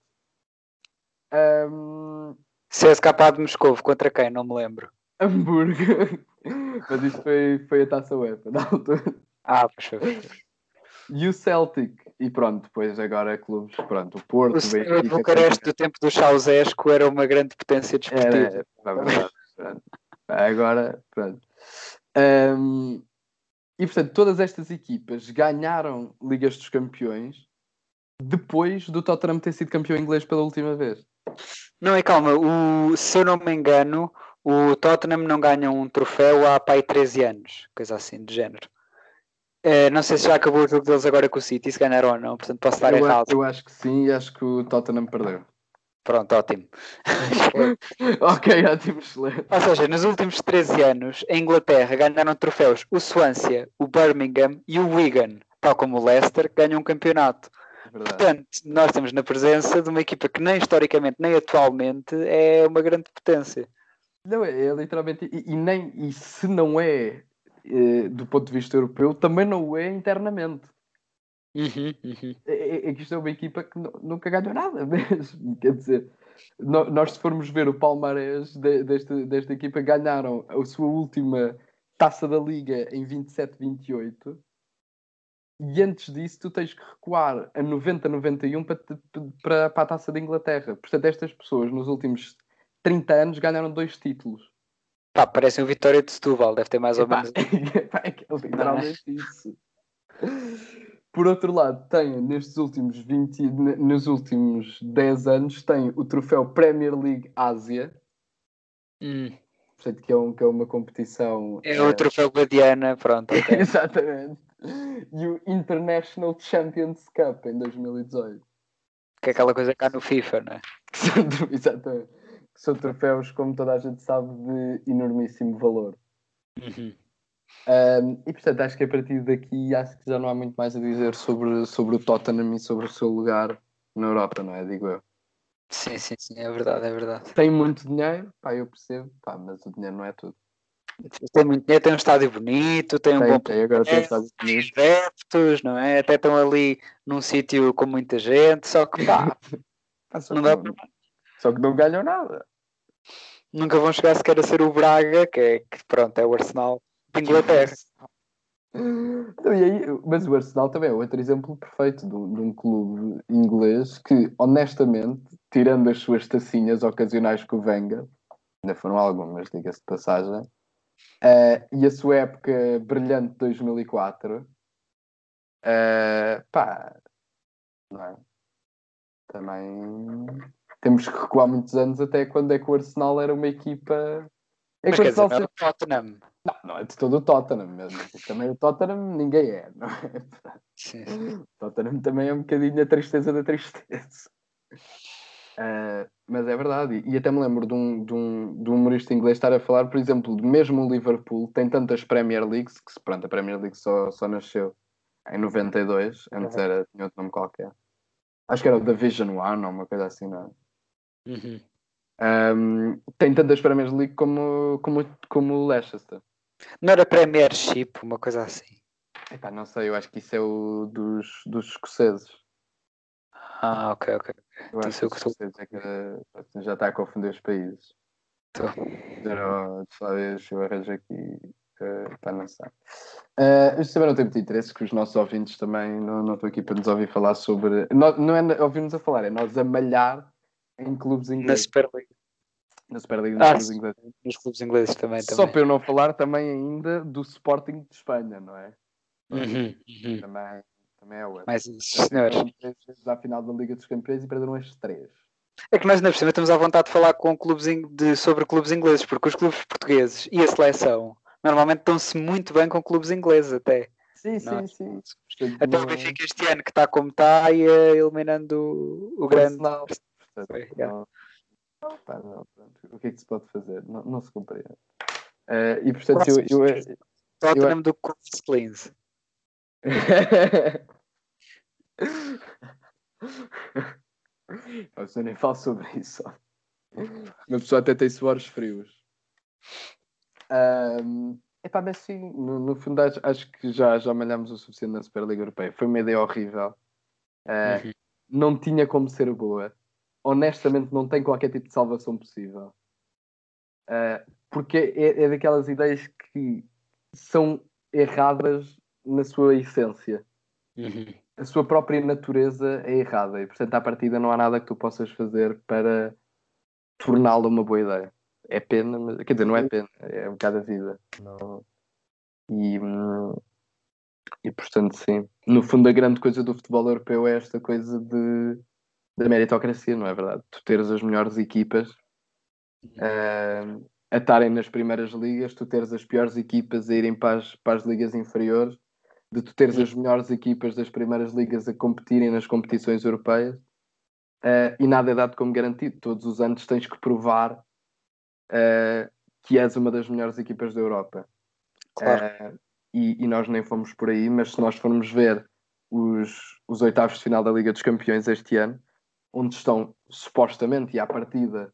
CSKA de Moscovo, contra quem? Não me lembro. Hamburgo. Mas isso foi a Taça UEFA, na altura. Pois foi. E o Celtic. E pronto, depois agora clubes, pronto, o O Porto, o Steaua de Benfica, Bucareste do tempo do Ceausescu era uma grande potência desportiva. é verdade. Pronto. Agora, pronto. Um, e portanto, todas estas equipas ganharam Ligas dos Campeões depois do Tottenham ter sido campeão inglês pela última vez. Não, e calma, se eu não me engano, o Tottenham não ganha um troféu há pá, aí 13 anos, coisa assim, de género. Não sei se já acabou o jogo deles agora com o City, se ganharam ou não, portanto posso estar errado. Eu acho que sim, e acho que o Tottenham perdeu. Pronto, ótimo. Ok, ótimo, excelente. Ou seja, nos últimos 13 anos, em Inglaterra ganharam troféus o Swansea, o Birmingham e o Wigan, tal como o Leicester, que ganham um campeonato. Verdade. Portanto, nós estamos na presença de uma equipa que nem historicamente nem atualmente é uma grande potência. Não, é literalmente. E se não é do ponto de vista europeu, também não o é internamente. Uhum. É que isto é uma equipa que nunca ganhou nada mesmo. Quer dizer, nós se formos ver o palmarés desta equipa, ganharam a sua última taça da Liga em 27-28. E antes disso, tu tens que recuar a 90-91 para a taça da Inglaterra. Portanto, estas pessoas nos últimos 30 anos ganharam 2 títulos. Pá, parece um Vitória de Setúbal, deve ter mais ou Epá, menos. epá, é literalmente isso. Por outro lado, tem nos últimos 10 anos, tem o troféu Premier League Ásia, Hum. portanto, que é uma competição. É o troféu Guadiana, pronto, ok. Exatamente. E o International Champions Cup em 2018. Que é aquela coisa cá no FIFA, não é? Exatamente. Que são troféus, como toda a gente sabe, de enormíssimo valor. Uhum. E portanto, acho que a partir daqui acho que já não há muito mais a dizer sobre o Tottenham e sobre o seu lugar na Europa, não é? Digo eu. Sim, é verdade, é verdade. Tem muito dinheiro, pá, eu percebo, pá, mas o dinheiro não é tudo. Tem muito dinheiro, tem um estádio bonito, tem um bom Agora tem plantel, estado tem bonito. adeptos, não é? Até estão ali num sítio com muita gente, só que pá, não dá para... Só que não ganham nada. Nunca vão chegar sequer a ser o Braga, que pronto, é o Arsenal de Inglaterra. Então, e aí, mas o Arsenal também é outro exemplo perfeito de um clube inglês que, honestamente, tirando as suas tacinhas ocasionais com o Wenger, ainda foram algumas, diga-se de passagem, e a sua época brilhante de 2004, pá, não é? Também temos que recuar muitos anos até quando é que o Arsenal era uma equipa. É Mas que o quer dizer, Arsenal não é o sempre. Tottenham. Não é de todo o Tottenham mesmo. Porque também o Tottenham ninguém é, não é? Sim. O Tottenham também é um bocadinho a tristeza da tristeza. Mas é verdade. E até me lembro de um humorista inglês estar a falar, por exemplo, de mesmo o Liverpool tem tantas Premier Leagues que, pronto, a Premier League só nasceu em 92. Antes tinha outro nome qualquer. Acho que era o Division One ou uma coisa assim, não é? Uhum. Tem tantas Premier League como o Leicester. Não era Premiership, uma coisa assim. Epá, não sei, eu acho que isso é o dos escoceses. Ok. Eu Então acho que sei o os que estou. escoceses é que já está a confundir os países. Tô. Deixa lá ver se eu arranjo aqui para não sei. Isto também não tem muito interesse, que os nossos ouvintes também não estão aqui para nos ouvir falar sobre. Não é ouvir-nos a falar, é nós a malhar em clubes Na ingleses. Superliga. Na Superliga dos clubes Sim, ingleses. nos clubes ingleses também. Só para eu não falar também ainda do Sporting de Espanha, não é? Uhum. Também, também é outro. Mais esses Já senhores. foram 3 vezes à final da Liga dos Campeões e perderam as 3. É que nós, na por cima, estamos à vontade de falar com sobre clubes ingleses, porque os clubes portugueses e a seleção normalmente estão-se muito bem com clubes ingleses, até. Sim, Não é? sim, sim. Portanto, Até o não é Benfica este ano, que está como está, e eliminando o o grande. Arsenal. Portanto, Foi, yeah. pá, não, pronto. O que é que se pode fazer? Não se compreende. E portanto, eu Tottenham do Cortes Cleans. Eu nem falo sobre isso. Uma pessoa até tem suores frios. Epá, mas sim, no fundo acho que já malhámos o suficiente na Superliga Europeia. Foi uma ideia horrível. Uhum. Não tinha como ser boa. Honestamente, não tem qualquer tipo de salvação possível. Porque é daquelas ideias que são erradas na sua essência. Uhum. A sua própria natureza é errada e, portanto, à partida não há nada que tu possas fazer para torná-la uma boa ideia. É pena, mas, quer dizer, não é pena, é um bocado a vida. Não... E, e, portanto, sim. No fundo, a grande coisa do futebol europeu é esta coisa da meritocracia, não é verdade? Tu teres as melhores equipas a estarem nas primeiras ligas, tu teres as piores equipas a irem para as ligas inferiores, de tu teres as melhores equipas das primeiras ligas a competirem nas competições europeias, e nada é dado como garantido. Todos os anos tens que provar que és uma das melhores equipas da Europa. Claro. E nós nem fomos por aí, mas se nós formos ver os oitavos de final da Liga dos Campeões este ano, onde estão supostamente e à partida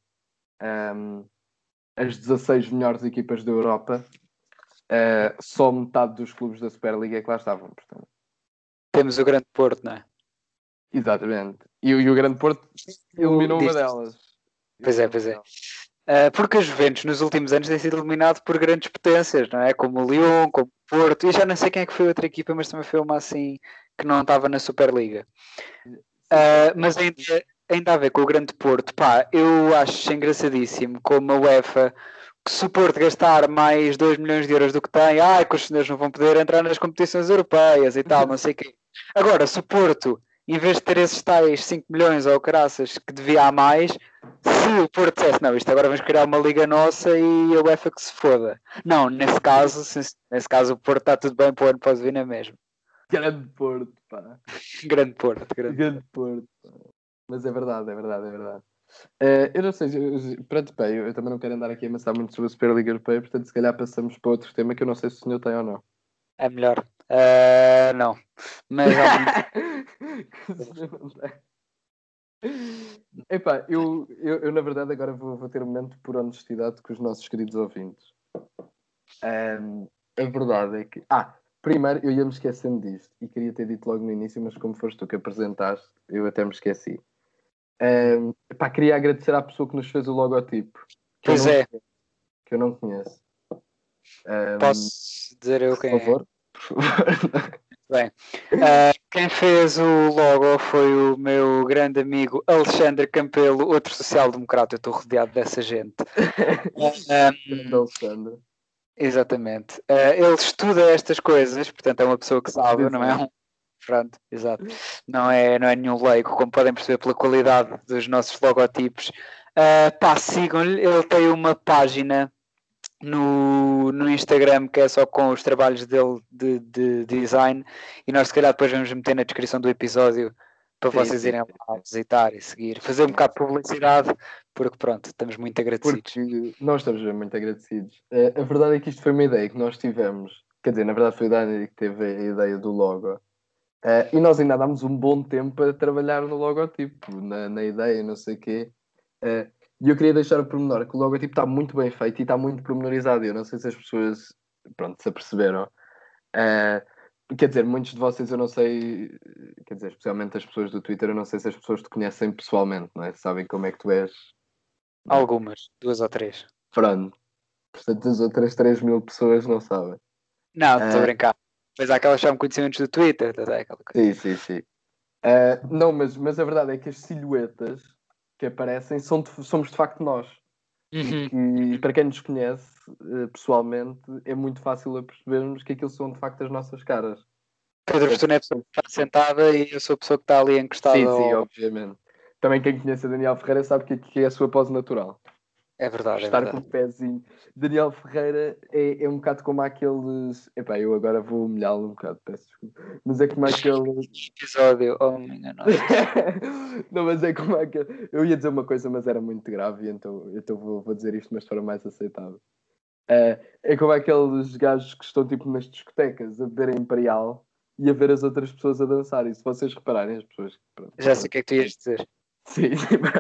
as 16 melhores equipas da Europa, só metade dos clubes da Superliga é que lá estavam. Portanto. Temos o Grande Porto, não é? Exatamente. E o Grande Porto eliminou uma delas. Pois é, pois é. Porque a Juventus nos últimos anos tem sido eliminado por grandes potências, não é? Como o Lyon, como o Porto, e já não sei quem é que foi outra equipa, mas também foi uma assim que não estava na Superliga. Mas ainda a ver com o Grande Porto, pá, eu acho engraçadíssimo como a UEFA, que se o Porto gastar mais 2 milhões de euros do que tem, que os senhores não vão poder entrar nas competições europeias e tal, não sei o quê. Agora, se o Porto, em vez de ter esses tais 5 milhões ou caraças que devia a mais, se o Porto dissesse, não, isto agora vamos criar uma liga nossa e a UEFA que se foda. Não, nesse caso o Porto está tudo bem para o ano pode vir na mesma. Grande Porto, pá. Grande Porto, Grande Porto, pá. Mas é verdade, é verdade, é verdade. Eu não sei, pronto, bem, eu também não quero andar aqui a amassar muito sobre a Superliga Europeia, portanto, se calhar passamos para outro tema que eu não sei se o senhor tem ou não. É melhor. Não. Mas Que o senhor não tem. Epá, eu na verdade agora vou ter um momento por honestidade com os nossos queridos ouvintes. A verdade é que. Primeiro eu ia-me esquecendo disto e queria ter dito logo no início, mas como foste tu que apresentaste, eu até me esqueci. Queria agradecer à pessoa que nos fez o logotipo, que pois é, eu não conheço. posso dizer eu Por quem é. favor, por favor. Bem, quem fez o logo foi o meu grande amigo Alexandre Campelo, outro social-democrata. Eu estou rodeado dessa gente. Grande Alexandre. Exatamente. Ele estuda estas coisas, portanto é uma pessoa que sabe, não é Exato. Pronto, exato. Não é nenhum leigo, como podem perceber pela qualidade dos nossos logotipos. Sigam-lhe, ele tem uma página no Instagram que é só com os trabalhos dele de design e nós se calhar depois vamos meter na descrição do episódio para vocês irem lá visitar e seguir, fazer um bocado de publicidade, porque pronto, estamos muito agradecidos. Porque nós estamos muito agradecidos. A verdade é que isto foi uma ideia que nós tivemos, quer dizer, na verdade foi o Dani que teve a ideia do logo. E nós ainda dámos um bom tempo a trabalhar no logotipo, na ideia, não sei o quê. E eu queria deixar o pormenor que o logotipo está muito bem feito e está muito pormenorizado. Eu não sei se as pessoas, pronto, se aperceberam. Quer dizer, muitos de vocês eu não sei, quer dizer, especialmente as pessoas do Twitter, eu não sei se as pessoas te conhecem pessoalmente, não é? Sabem como é que tu és. Algumas, 2 ou 3. Pronto. Portanto, as outras 3 mil pessoas não sabem. Não, estou a brincar. Mas há aquelas que já me conheciam antes do Twitter, aquela coisa. Sim. Não, mas a verdade é que as silhuetas que aparecem somos de facto nós. E que, para quem nos conhece pessoalmente, é muito fácil a percebermos que aquilo são de facto as nossas caras. Pedro Fortuna é a pessoa que está sentada e eu sou a pessoa que está ali encostada Sim, ao... obviamente. Também quem conhece a Daniel Ferreira sabe que é a sua pose natural. É verdade, é Estar com o verdade. pezinho. Daniel Ferreira é um bocado como aqueles. Epá, eu agora vou humilhá-lo um bocado, peço desculpa. Mas é como aquele. Episódio, oh minha nossa. Não, mas é como aquele. Eu ia dizer uma coisa, mas era muito grave, então vou dizer isto, mas de forma mais aceitável. É como aqueles gajos que estão tipo nas discotecas a beber a Imperial e a ver as outras pessoas a dançar. E se vocês repararem, as pessoas. Pronto, Já sei o que é que tu ias dizer. sim.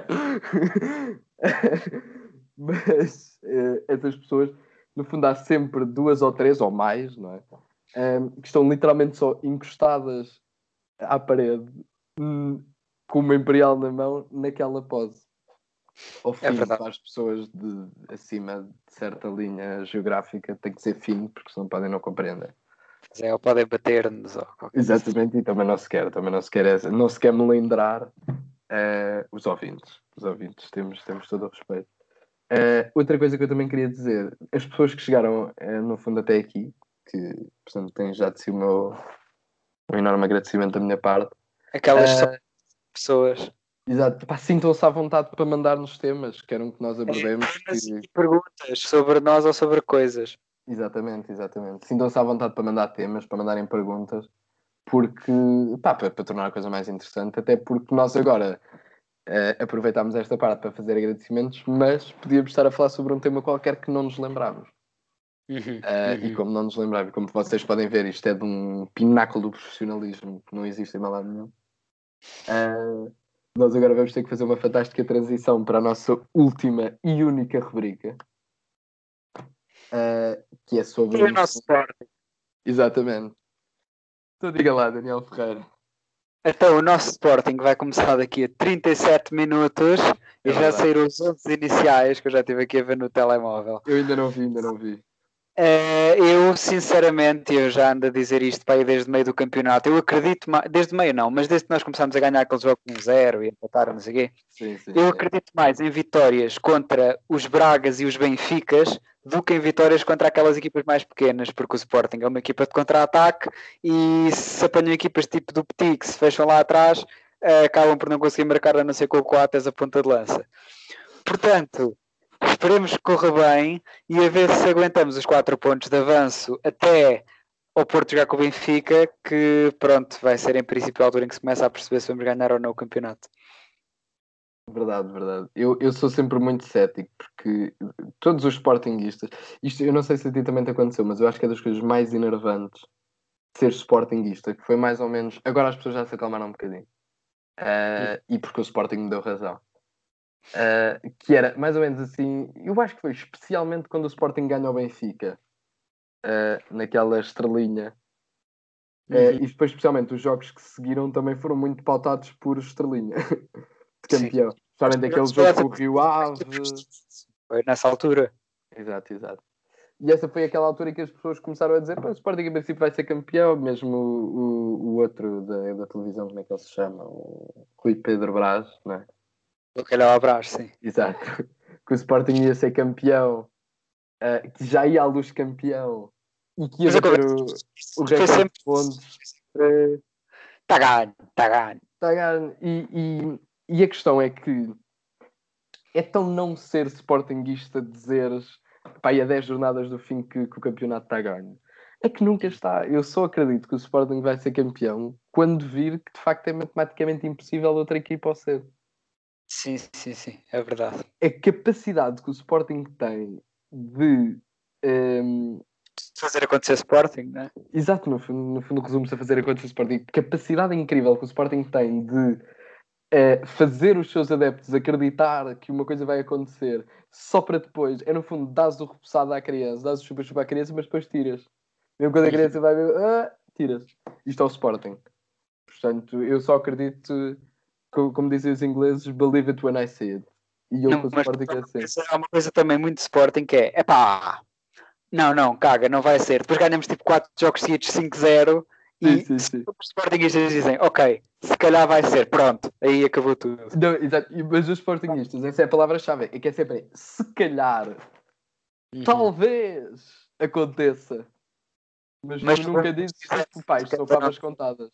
Mas essas pessoas, no fundo, há sempre 2 ou 3 ou mais, não é? Que estão literalmente só encostadas à parede, com uma Imperial na mão, naquela pose. Ao É fim, verdade. para as pessoas acima de certa linha geográfica, tem que ser fino, porque senão podem não compreender. Mas ou podem bater-nos ou qualquer coisa. Exatamente, e também não se quer melindrar os ouvintes. Os ouvintes, temos todo o respeito. Outra coisa que eu também queria dizer, as pessoas que chegaram, no fundo, até aqui, que, portanto, têm já de si um enorme agradecimento da minha parte. Aquelas pessoas. Exato. Pá, sintam-se à vontade para mandar-nos temas, queiram que nós abordemos. E perguntas sobre nós ou sobre coisas. Exatamente. Sintam-se à vontade para mandar temas, para mandarem perguntas, porque, pá, para tornar a coisa mais interessante, até porque nós agora aproveitámos esta parte para fazer agradecimentos, mas podíamos estar a falar sobre um tema qualquer que não nos lembrávamos. E como não nos lembrava, como vocês podem ver, isto é de um pináculo do profissionalismo que não existe em mal lado nenhum. Nós agora vamos ter que fazer uma fantástica transição para a nossa última e única rubrica, que é sobre. E o nosso Sporting? Exatamente. Então diga lá, Daniel Ferreira. Então, o nosso Sporting vai começar daqui a 37 minutos e já verdade. saíram os 11 iniciais que eu já estive aqui a ver no telemóvel. Eu ainda não vi. Eu, sinceramente, eu já ando a dizer isto para aí desde o meio do campeonato. Eu acredito, desde o meio não, mas desde que nós começámos a ganhar aquele jogo 1-0 e empataram, não sei o quê, Sim. eu acredito mais em vitórias contra os Bragas e os Benficas do que em vitórias contra aquelas equipas mais pequenas, porque o Sporting é uma equipa de contra-ataque e se apanham equipas tipo do Petit que se fecham lá atrás, acabam por não conseguir marcar a não ser com o Coates a ponta de lança. Portanto, esperemos que corra bem e a ver se aguentamos os 4 pontos de avanço até ao Porto jogar com o Benfica, que pronto, vai ser em princípio a altura em que se começa a perceber se vamos ganhar ou não o campeonato. Verdade. Eu sou sempre muito cético, porque todos os sportinguistas, isto eu não sei se a ti também te aconteceu, mas eu acho que é das coisas mais enervantes de ser sportinguista, que foi mais ou menos. Agora as pessoas já se acalmaram um bocadinho. E porque o Sporting me deu razão. Que era mais ou menos assim, eu acho que foi especialmente quando o Sporting ganha ao Benfica, naquela estrelinha. E depois, especialmente, os jogos que seguiram também foram muito pautados por estrelinha de campeão. Especialmente aquele jogo com o Rio Ave. Foi nessa altura. Exato. E essa foi aquela altura em que as pessoas começaram a dizer: o Sporting em princípio vai ser campeão, mesmo o outro da televisão, como é que ele se chama? O Rui Pedro Brás, não é? O calhau abraço, sim. Exato. Que o Sporting ia ser campeão, que já ia à luz campeão e que ia bater o recorde de pontos. Está ganho. E a questão é que é tão não ser sportinguista dizeres pá, e a 10 jornadas do fim que o campeonato está ganho. É que nunca está. Eu só acredito que o Sporting vai ser campeão quando vir que de facto é matematicamente impossível outra equipa ao ser. Sim, é verdade. A capacidade que o Sporting tem de fazer acontecer Sporting, não é? Exato, no fundo resume-se a fazer acontecer o Sporting. Capacidade incrível que o Sporting tem de fazer os seus adeptos acreditar que uma coisa vai acontecer só para depois, no fundo, dás o repousado à criança, dás o chupa-chupa à criança, mas depois tiras. Mesmo quando a criança vai ver, tiras. Isto é o Sporting. Portanto, eu só acredito, como dizem os ingleses, believe it when I see it. E eu Não, com o mas Sporting é assim. há uma coisa também muito Sporting que é epá, não, caga, não vai ser. Depois ganhamos tipo 4 jogos seguidos 5-0 Sim, e sim, sim. os Sportingistas dizem, ok, se calhar vai ser, pronto, aí acabou tudo. Não, exato. Mas os Sportingistas, essa é a palavra-chave, é que é sempre se calhar, talvez aconteça. Mas Mas tu nunca dizes tipo, pá, isto são favas contadas.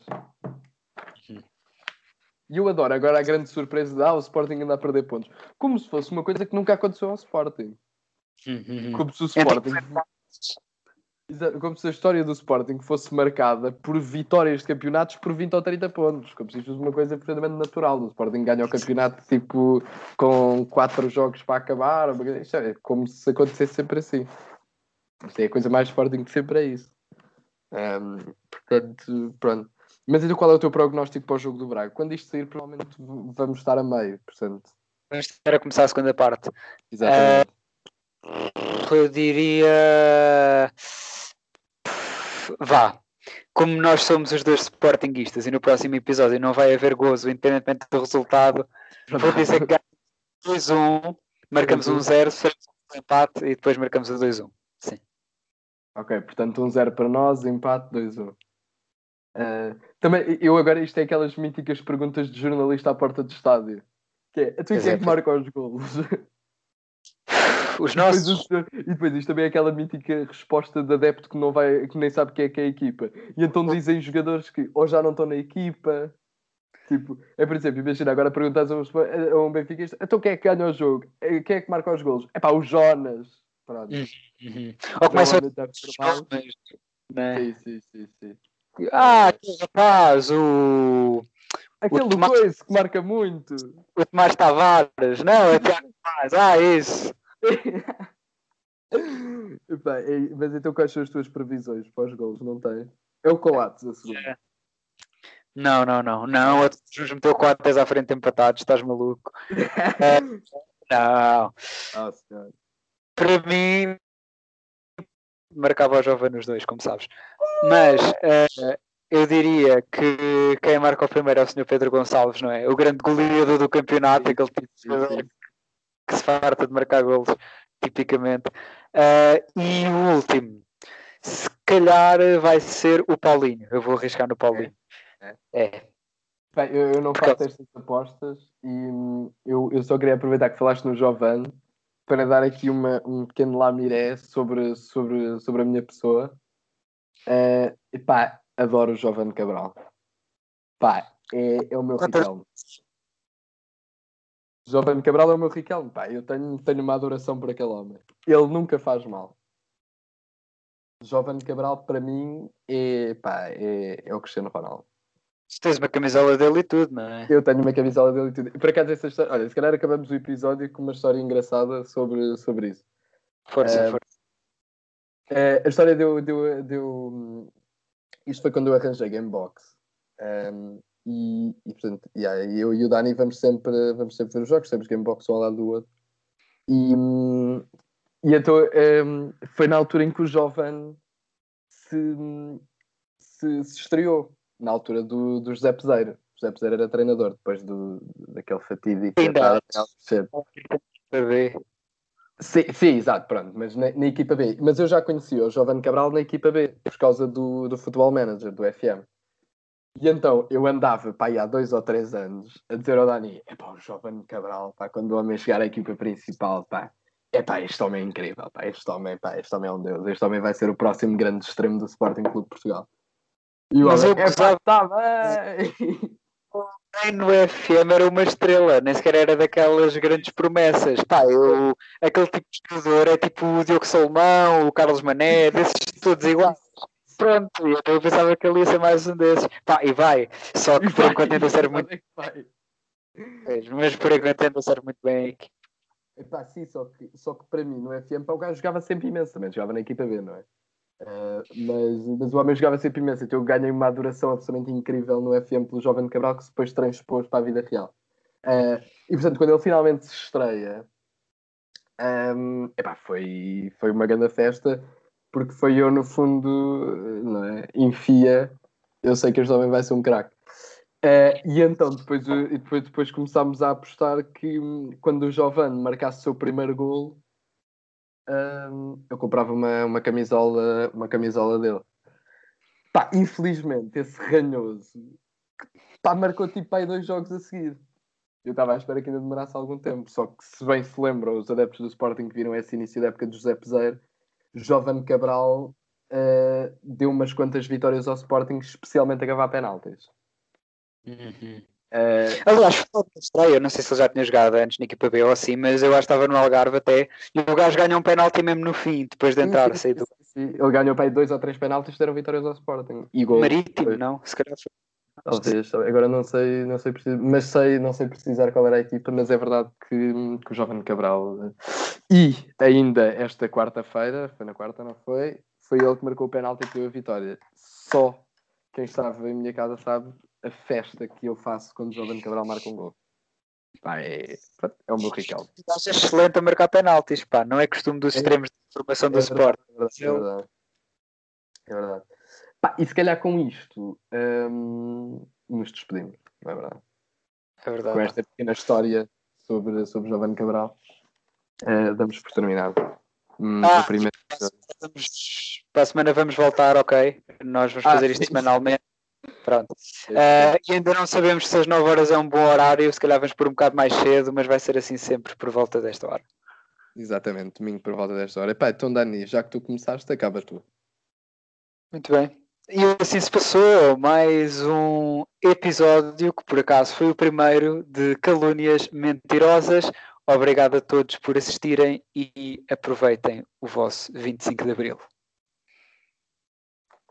E eu adoro agora a grande surpresa de o Sporting anda a perder pontos. Como se fosse uma coisa que nunca aconteceu ao Sporting. Como se o Então, Sporting. Como se a história do Sporting fosse marcada por vitórias de campeonatos por 20 ou 30 pontos. Como se isto fosse uma coisa perfeitamente natural. O Sporting ganha o campeonato tipo com 4 jogos para acabar. Isto é como se acontecesse sempre assim. Isto é a coisa mais Sporting que sempre é isso. Portanto, pronto. Mas então qual é o teu prognóstico para o jogo do Braga? Quando isto sair, provavelmente vamos estar a meio. Portanto, vamos ter a começar a segunda parte. exatamente. Eu diria. Vá. Como nós somos os dois sportinguistas e no próximo episódio não vai haver gozo, independentemente do resultado, vou dizer que ganhamos 2-1, marcamos 1-0, fazemos um empate e depois marcamos o 2-1. Sim. Ok, portanto 1-0 para nós, empate 2-1. Também, eu agora, isto é aquelas míticas perguntas de jornalista à porta do estádio. Que é, tu e quem é que marca os golos? Os E depois, nossos. e depois isto também é aquela mítica resposta de adepto que, não vai, que nem sabe quem é a equipa. E então dizem jogadores que ou já não estão na equipa. Tipo, é por exemplo, imagina agora perguntas a um benfiquista, então quem é que ganha o jogo? Quem é que marca os golos? É pá, o Jonas. Pronto. Ou começam Normalmente é normal. né? Sim. Que rapaz, o Aquele do Tomás, coice que marca muito. o Tomás Tavares, não, é Tiago Tomás, isso. Epá, mas então quais são as tuas previsões para os golos? Não tem? É o Coates a segunda. Não, os meteu 4 à frente empatados, estás maluco. Não. Senhora. Para mim, marcava o Jovem nos dois, como sabes. Mas eu diria que quem marca o primeiro é o Sr. Pedro Gonçalves, não é? O grande goleador do campeonato, aquele tipo de jogador que se farta de marcar golos, tipicamente. E o último, se calhar vai ser o Paulinho. Eu vou arriscar no Paulinho. É. Bem, eu não Porque faço estas apostas e eu só queria aproveitar que falaste no Jovem para dar aqui um pequeno lamiré sobre a minha pessoa. Pá, adoro o Jovem Cabral. Pá, é o meu Riquelme. Jovem Cabral é o meu Riquelme. Pá, eu tenho uma adoração por aquele homem. Ele nunca faz mal. Jovem Cabral, para mim, é o Cristiano Ronaldo. tu tens uma camisola dele e tudo, não é? Eu tenho uma camisola dele e tudo. E por acaso, essa história. Olha, se calhar acabamos o episódio com uma história engraçada sobre isso. Força. A história isto foi quando eu arranjei Gamebox. Portanto, eu e o Dani vamos sempre ver os jogos, temos Gamebox um ao lado do outro. E então foi na altura em que o Jovem se estreou, na altura do José Peseiro. O José Peseiro era treinador depois daquele fatídico Ainda. Sim, exato, pronto, mas na equipa B. Mas eu já conhecia o Jovem Cabral na equipa B, por causa do Futebol Manager, do FM. E então eu andava, pá, há 2 ou 3 anos a dizer ao Dani, o Jovem Cabral, pá, quando o homem chegar à equipa principal, pá, este homem é incrível, este homem é um deus, este homem vai ser o próximo grande extremo do Sporting Clube de Portugal. E o Mas homem, eu gostava. Tá bem! No FM era uma estrela, nem sequer era daquelas grandes promessas. Aquele tipo de jogador é tipo o Diogo Salomão, o Carlos Mané, desses todos iguais. Pronto, eu pensava que ele ia ser mais um desses. E vai, só que por enquanto ainda serve muito. Mas por enquanto ainda serve muito bem. Sim, só que para mim no FM o gajo jogava sempre imenso, também jogava na equipa B, não é? Mas o homem jogava sempre imenso, então eu ganhei uma adoração absolutamente incrível no FM pelo Jovem Cabral que se depois transpôs para a vida real. E portanto, quando ele finalmente se estreia, foi uma grande festa, porque foi eu, no fundo, não é? Enfia, eu sei que este homem vai ser um craque. E então depois começámos a apostar que quando o Giovane marcasse o seu primeiro golo, eu comprava uma camisola dele. Pá, infelizmente, esse ranhoso marcou tipo aí 2 jogos a seguir. Eu estava à espera que ainda demorasse algum tempo. Só que, se bem se lembram, os adeptos do Sporting que viram esse início da época de José Peseiro, Jovane Cabral deu umas quantas vitórias ao Sporting, especialmente a cavar penaltis. Aliás, foi uma estreia, não sei se ele já tinha jogado antes na equipa B ou assim, mas eu acho que estava no Algarve até, e o gajo ganhou um penalti mesmo no fim, depois de entrar, sair do Sim. Ele ganhou para aí 2 ou 3 penaltis, deram vitórias ao Sporting. E gols. Marítimo, não? Se calhar foi. Talvez, agora não sei mas não sei precisar qual era a equipa, mas é verdade que o Jovane Cabral e ainda esta quarta-feira, foi na quarta, não foi? Foi ele que marcou o penalti e deu a vitória. Só quem estava em minha casa sabe a festa que eu faço quando o Jovane Cabral marca um gol. Pá, é o meu Riquelme. Acho excelente a marcar penaltis, pá, não é costume dos extremos de formação do Sport. É verdade. É verdade. Pá, e se calhar com isto nos despedimos, não é verdade? É verdade. Com esta pequena história sobre Jovane Cabral, damos por terminado. O primeiro... Para a semana vamos voltar, ok? Nós vamos fazer isto semanalmente. Pronto. E ainda não sabemos se as 9 horas é um bom horário, se calhar vamos por um bocado mais cedo, mas vai ser assim sempre por volta desta hora. Exatamente, domingo por volta desta hora. Epá, então, Dani, já que tu começaste, acaba tu. Muito bem. E assim se passou mais um episódio que por acaso foi o primeiro de Calúnias Mentirosas. Obrigado a todos por assistirem e aproveitem o vosso 25 de Abril.